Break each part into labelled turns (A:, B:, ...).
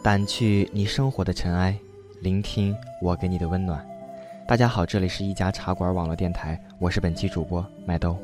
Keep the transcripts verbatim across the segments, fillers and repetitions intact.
A: 掸去你生活的尘埃，聆听我给你的温暖。大家好，这里是一家茶馆网络电台，我是本期主播麦兜。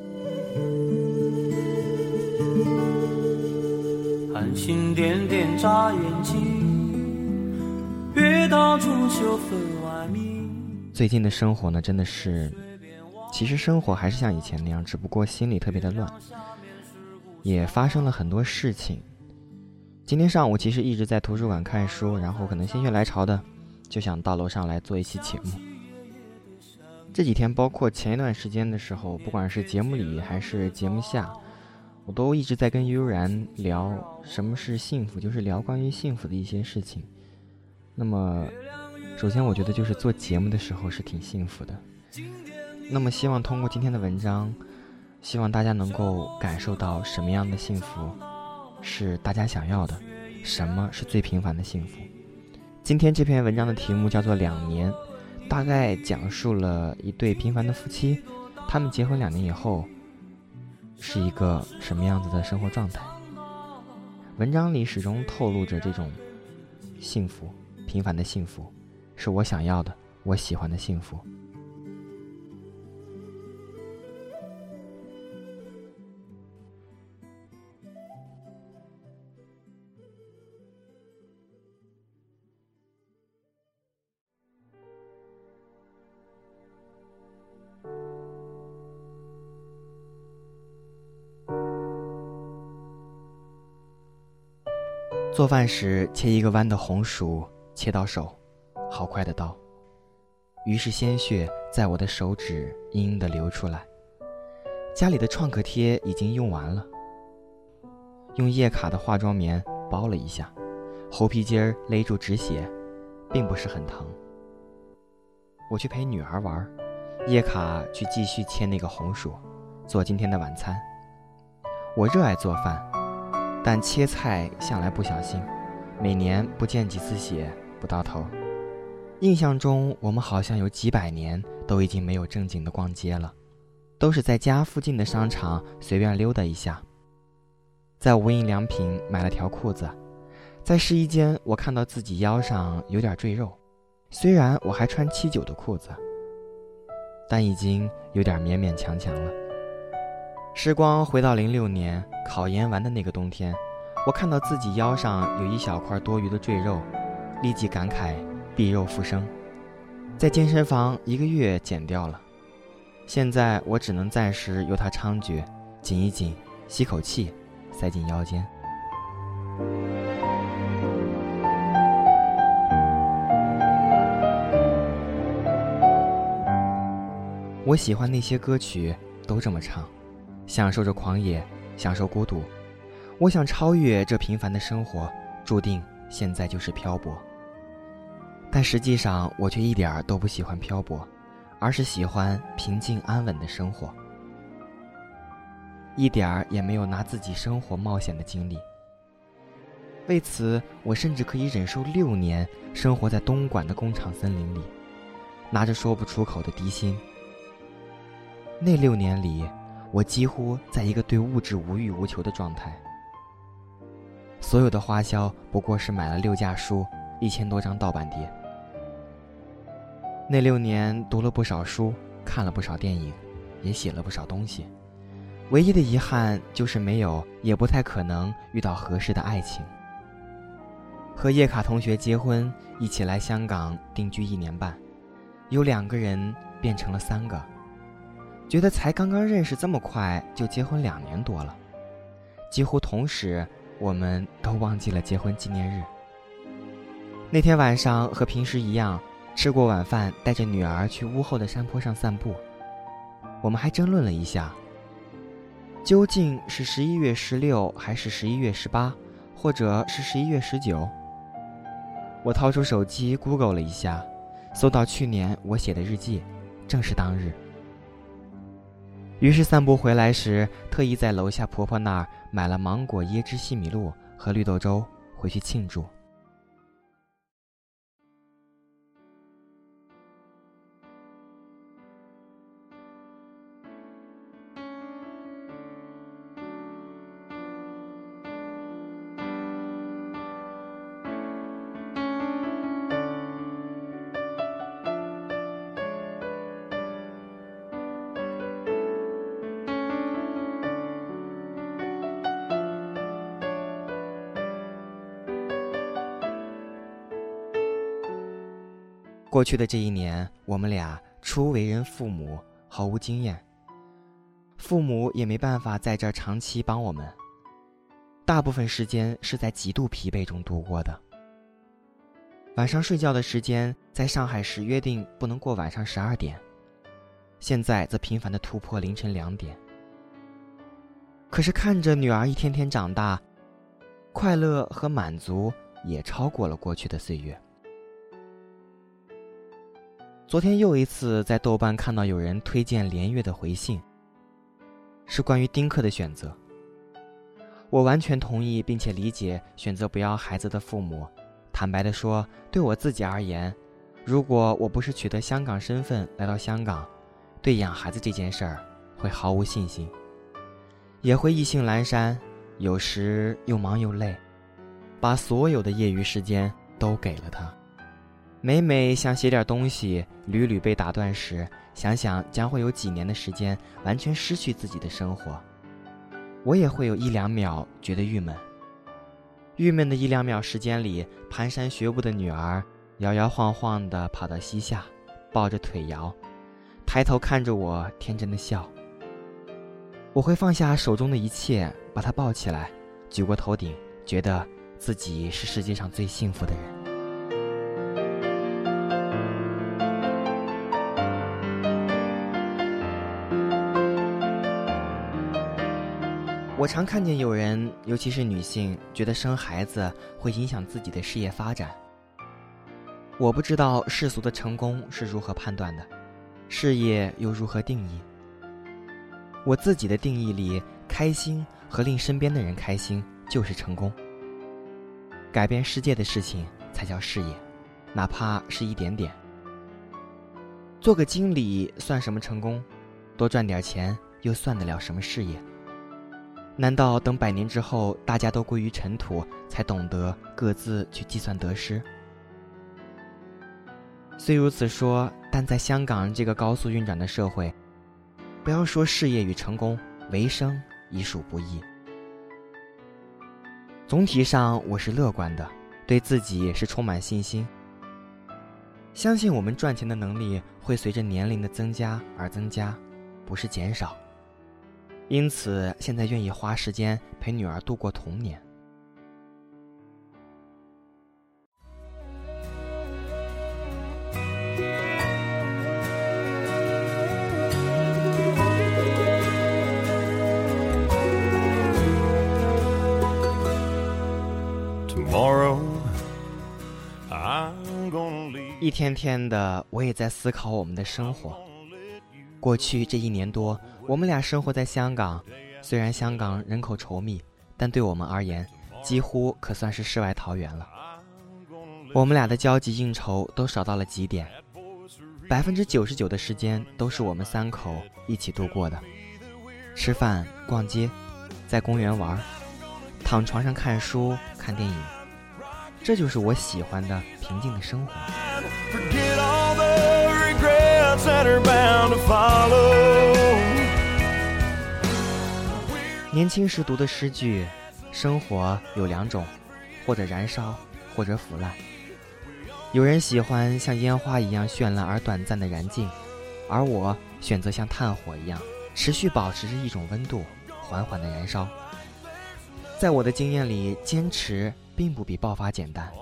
B: 繁星点点眨眼睛，月到处秋分外明。
A: 最近的生活呢，真的是，其实生活还是像以前那样，只不过心里特别的乱，也发生了很多事情。今天上午其实一直在图书馆看书，然后可能心血来潮的就想到楼上来做一期节目。这几天包括前一段时间的时候，不管是节目里还是节目下，我都一直在跟悠然聊什么是幸福，就是聊关于幸福的一些事情。那么首先我觉得就是做节目的时候是挺幸福的，那么希望通过今天的文章，希望大家能够感受到什么样的幸福是大家想要的，什么是最平凡的幸福。今天这篇文章的题目叫做两年，大概讲述了一对平凡的夫妻，他们结婚两年以后是一个什么样子的生活状态。文章里始终透露着这种幸福，平凡的幸福是我想要的，我喜欢的幸福。做饭时切一个弯的红薯，切到手，好快的刀，于是鲜血在我的手指殷殷地流出来。家里的创可贴已经用完了，用叶卡的化妆棉包了一下，猴皮筋儿勒住止血，并不是很疼。我去陪女儿玩，叶卡去继续切那个红薯，做今天的晚餐。我热爱做饭，但切菜向来不小心，每年不见几次血不到头。印象中我们好像有几百年都已经没有正经的逛街了，都是在家附近的商场随便溜达一下。在无印良品买了条裤子，在试衣间我看到自己腰上有点赘肉，虽然我还穿七九的裤子，但已经有点勉勉强强了。时光回到零六年考研完的那个冬天，我看到自己腰上有一小块多余的赘肉，立即感慨避肉复生，在健身房一个月减掉了。现在我只能暂时由它猖獗，紧一紧，吸口气，塞进腰间。我喜欢那些歌曲都这么唱，享受着狂野，享受孤独。我想超越这平凡的生活，注定现在就是漂泊。但实际上我却一点都不喜欢漂泊，而是喜欢平静安稳的生活，一点也没有拿自己生活冒险的经历。为此我甚至可以忍受六年生活在东莞的工厂森林里，拿着说不出口的低薪。那六年里，我几乎在一个对物质无欲无求的状态，所有的花销不过是买了六架书，一千多张盗版碟。那六年读了不少书，看了不少电影，也写了不少东西，唯一的遗憾就是没有，也不太可能遇到合适的爱情。和叶卡同学结婚，一起来香港定居一年半，由两个人变成了三个，觉得才刚刚认识这么快就结婚两年多了。几乎同时我们都忘记了结婚纪念日。那天晚上和平时一样，吃过晚饭，带着女儿去屋后的山坡上散步。我们还争论了一下，究竟是十一月十六还是十一月十八，或者是十一月十九。我掏出手机 Google 了一下，搜到去年我写的日记，正是当日。于是散步回来时，特意在楼下婆婆那儿买了芒果椰汁西米露和绿豆粥回去庆祝。 过去的这一年，我们俩初为人父母，毫无经验，父母也没办法在这儿长期帮我们，大部分时间是在极度疲惫中度过的。晚上睡觉的时间，在上海时约定不能过晚上十二点，现在则频繁地突破凌晨两点。可是看着女儿一天天长大，快乐和满足也超过了过去的岁月。昨天又一次在豆瓣看到有人推荐连月的回信，是关于丁克的选择。我完全同意并且理解选择不要孩子的父母。坦白地说，对我自己而言，如果我不是取得香港身份来到香港，对养孩子这件事儿会毫无信心，也会意兴阑珊，有时又忙又累，把所有的业余时间都给了他。每每想写点东西，屡屡被打断时，想想将会有几年的时间完全失去自己的生活，我也会有一两秒觉得郁闷。郁闷的一两秒时间里，蹒跚学步的女儿摇摇晃晃地跑到膝下，抱着腿摇，抬头看着我，天真的笑。我会放下手中的一切，把她抱起来，举过头顶，觉得自己是世界上最幸福的人。我常看见有人，尤其是女性，觉得生孩子会影响自己的事业发展。我不知道世俗的成功是如何判断的，事业又如何定义。我自己的定义里，开心和令身边的人开心就是成功。改变世界的事情才叫事业，哪怕是一点点。做个经理算什么成功？多赚点钱又算得了什么事业？难道等百年之后大家都归于尘土，才懂得各自去计算得失？虽如此说，但在香港这个高速运转的社会，不要说事业与成功，维生已属不易。总体上我是乐观的，对自己是充满信心，相信我们赚钱的能力会随着年龄的增加而增加，不是减少。因此现在愿意花时间陪女儿度过童年。一天天的，我也在思考我们的生活。过去这一年多，我们俩生活在香港，虽然香港人口稠密，但对我们而言，几乎可算是世外桃源了。我们俩的交际应酬都少到了极点，百分之九十九的时间都是我们三口一起度过的。吃饭、逛街，在公园玩，躺床上看书、看电影，这就是我喜欢的平静的生活。年轻时读的诗句，生活有两种，或者燃烧，或者腐烂。有人喜欢像烟花一样绚烂而短暂的燃尽，而我选择像炭火一样持续保持着一种温度，缓缓的燃烧。在我的经验里，坚持并不比爆发简单。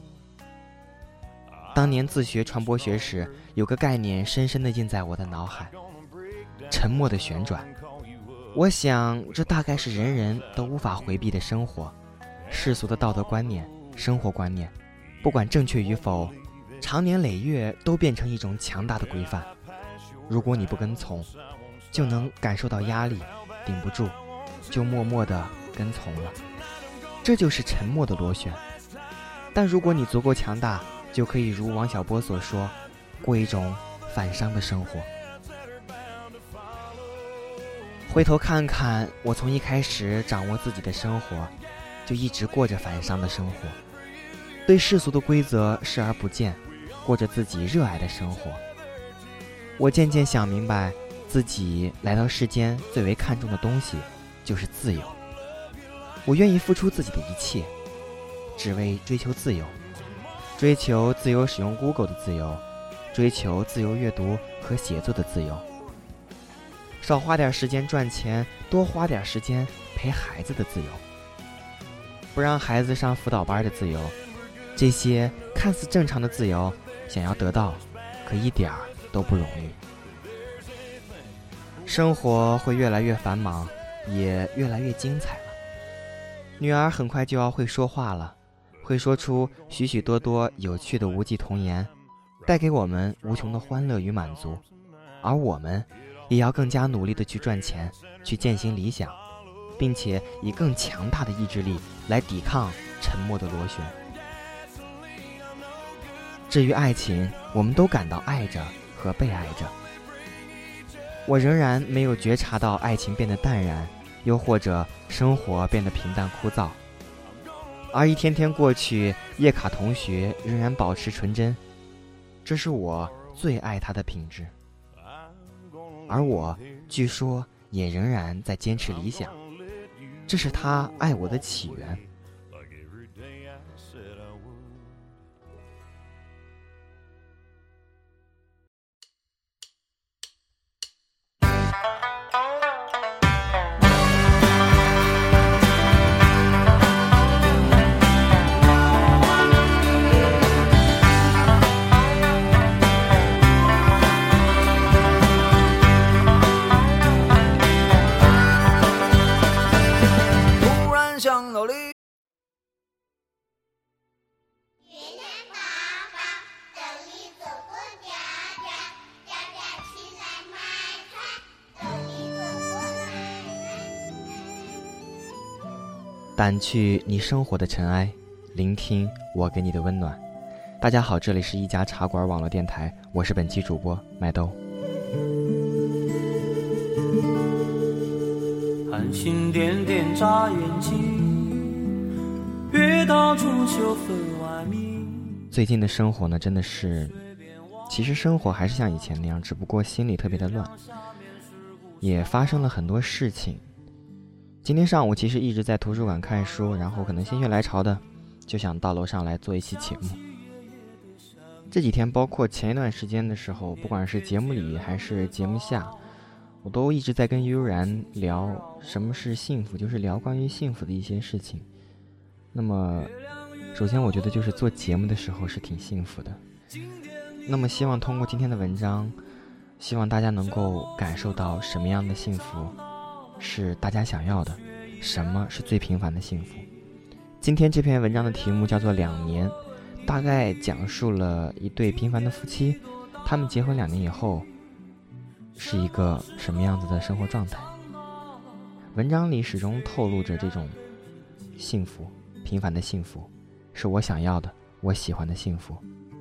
A: 当年自学传播学时，有个概念深深地印在我的脑海：沉默的旋转。我想这大概是人人都无法回避的生活，世俗的道德观念、生活观念，不管正确与否，长年累月都变成一种强大的规范。如果你不跟从，就能感受到压力，顶不住，就默默地跟从了。这就是沉默的螺旋。但如果你足够强大，就可以如王小波所说，过一种反伤的生活。回头看看，我从一开始掌握自己的生活，就一直过着反伤的生活，对世俗的规则视而不见，过着自己热爱的生活。我渐渐想明白，自己来到世间最为看重的东西就是自由。我愿意付出自己的一切，只为追求自由，追求自由使用 Google 的自由， 追求自由阅读和写作的自由，少花点时间赚钱，多花点时间陪孩子的自由，不让孩子上辅导班的自由，这些看似正常的自由，想要得到，可一点儿都不容易。生活会越来越繁忙，也越来越精彩了。女儿很快就要会说话了，会说出许许多多有趣的无忌童言，带给我们无穷的欢乐与满足。而我们也要更加努力地去赚钱，去践行理想，并且以更强大的意志力来抵抗沉默的螺旋。至于爱情，我们都感到爱着和被爱着。我仍然没有觉察到爱情变得淡然，又或者生活变得平淡枯燥。而一天天过去，叶卡同学仍然保持纯真，这是我最爱他的品质。而我据说也仍然在坚持理想，这是他爱我的起源。掸去你生活的尘埃，聆听我给你的温暖。大家好，这里是一家茶馆网络电台，我是本期主播麦兜。
B: 繁星点点眨眼睛，月到处秋分外明。
A: 最近的生活呢，真的是，其实生活还是像以前那样，只不过心里特别的乱，也发生了很多事情。今天上午其实一直在图书馆看书，然后可能心血来潮的就想到楼上来做一期节目。这几天包括前一段时间的时候，不管是节目里还是节目下，我都一直在跟悠悠然聊什么是幸福，就是聊关于幸福的一些事情。那么首先我觉得就是做节目的时候是挺幸福的，那么希望通过今天的文章，希望大家能够感受到什么样的幸福是大家想要的，什么是最平凡的幸福。今天这篇文章的题目叫做两年，大概讲述了一对平凡的夫妻，他们结婚两年以后是一个什么样子的生活状态。文章里始终透露着这种幸福，平凡的幸福是我想要的，我喜欢的幸福。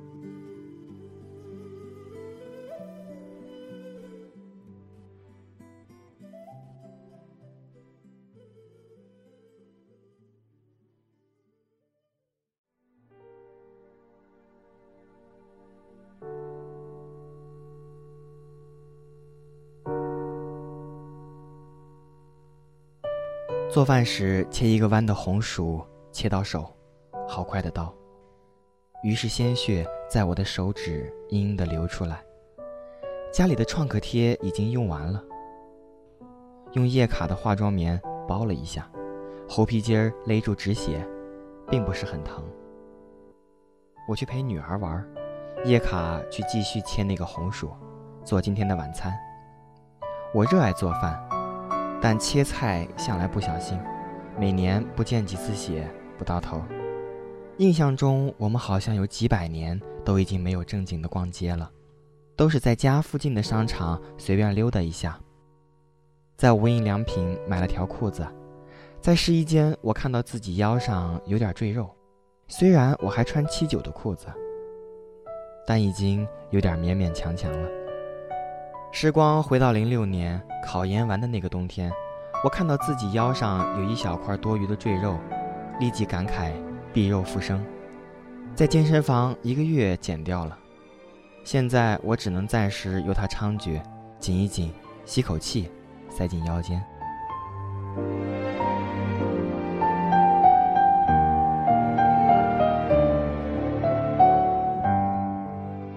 A: 做饭时切一个弯的红薯，切到手，好快的刀。于是鲜血在我的手指殷殷地流出来。家里的创可贴已经用完了，用叶卡的化妆棉包了一下，猴皮筋儿勒住止血，并不是很疼。我去陪女儿玩，叶卡去继续切那个红薯，做今天的晚餐。我热爱做饭，但切菜向来不小心，每年不见几次血不到头。印象中我们好像有几百年都已经没有正经的逛街了，都是在家附近的商场随便溜达一下。在无印良品买了条裤子，在试衣间我看到自己腰上有点赘肉，虽然我还穿七九的裤子，但已经有点勉勉强强了。时光回到零六年考研完的那个冬天，我看到自己腰上有一小块多余的赘肉，立即感慨避肉复生。在健身房一个月减掉了，现在我只能暂时由它猖獗，紧一紧，吸口气，塞进腰间。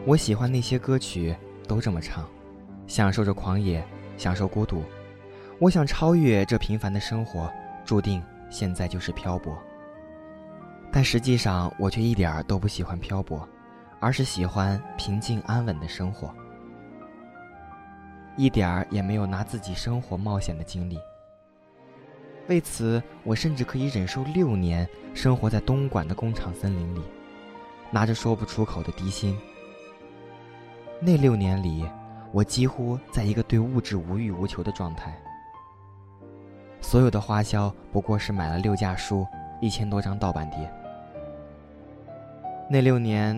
A: 我喜欢那些歌曲都这么唱，享受着狂野，享受孤独。我想超越这平凡的生活，注定现在就是漂泊。但实际上我却一点儿都不喜欢漂泊，而是喜欢平静安稳的生活，一点儿也没有拿自己生活冒险的经历。为此，我甚至可以忍受六年生活在东莞的工厂森林里，拿着说不出口的低薪。那六年里，我几乎在一个对物质无欲无求的状态，所有的花销不过是买了六架书，一千多张盗版碟。那六年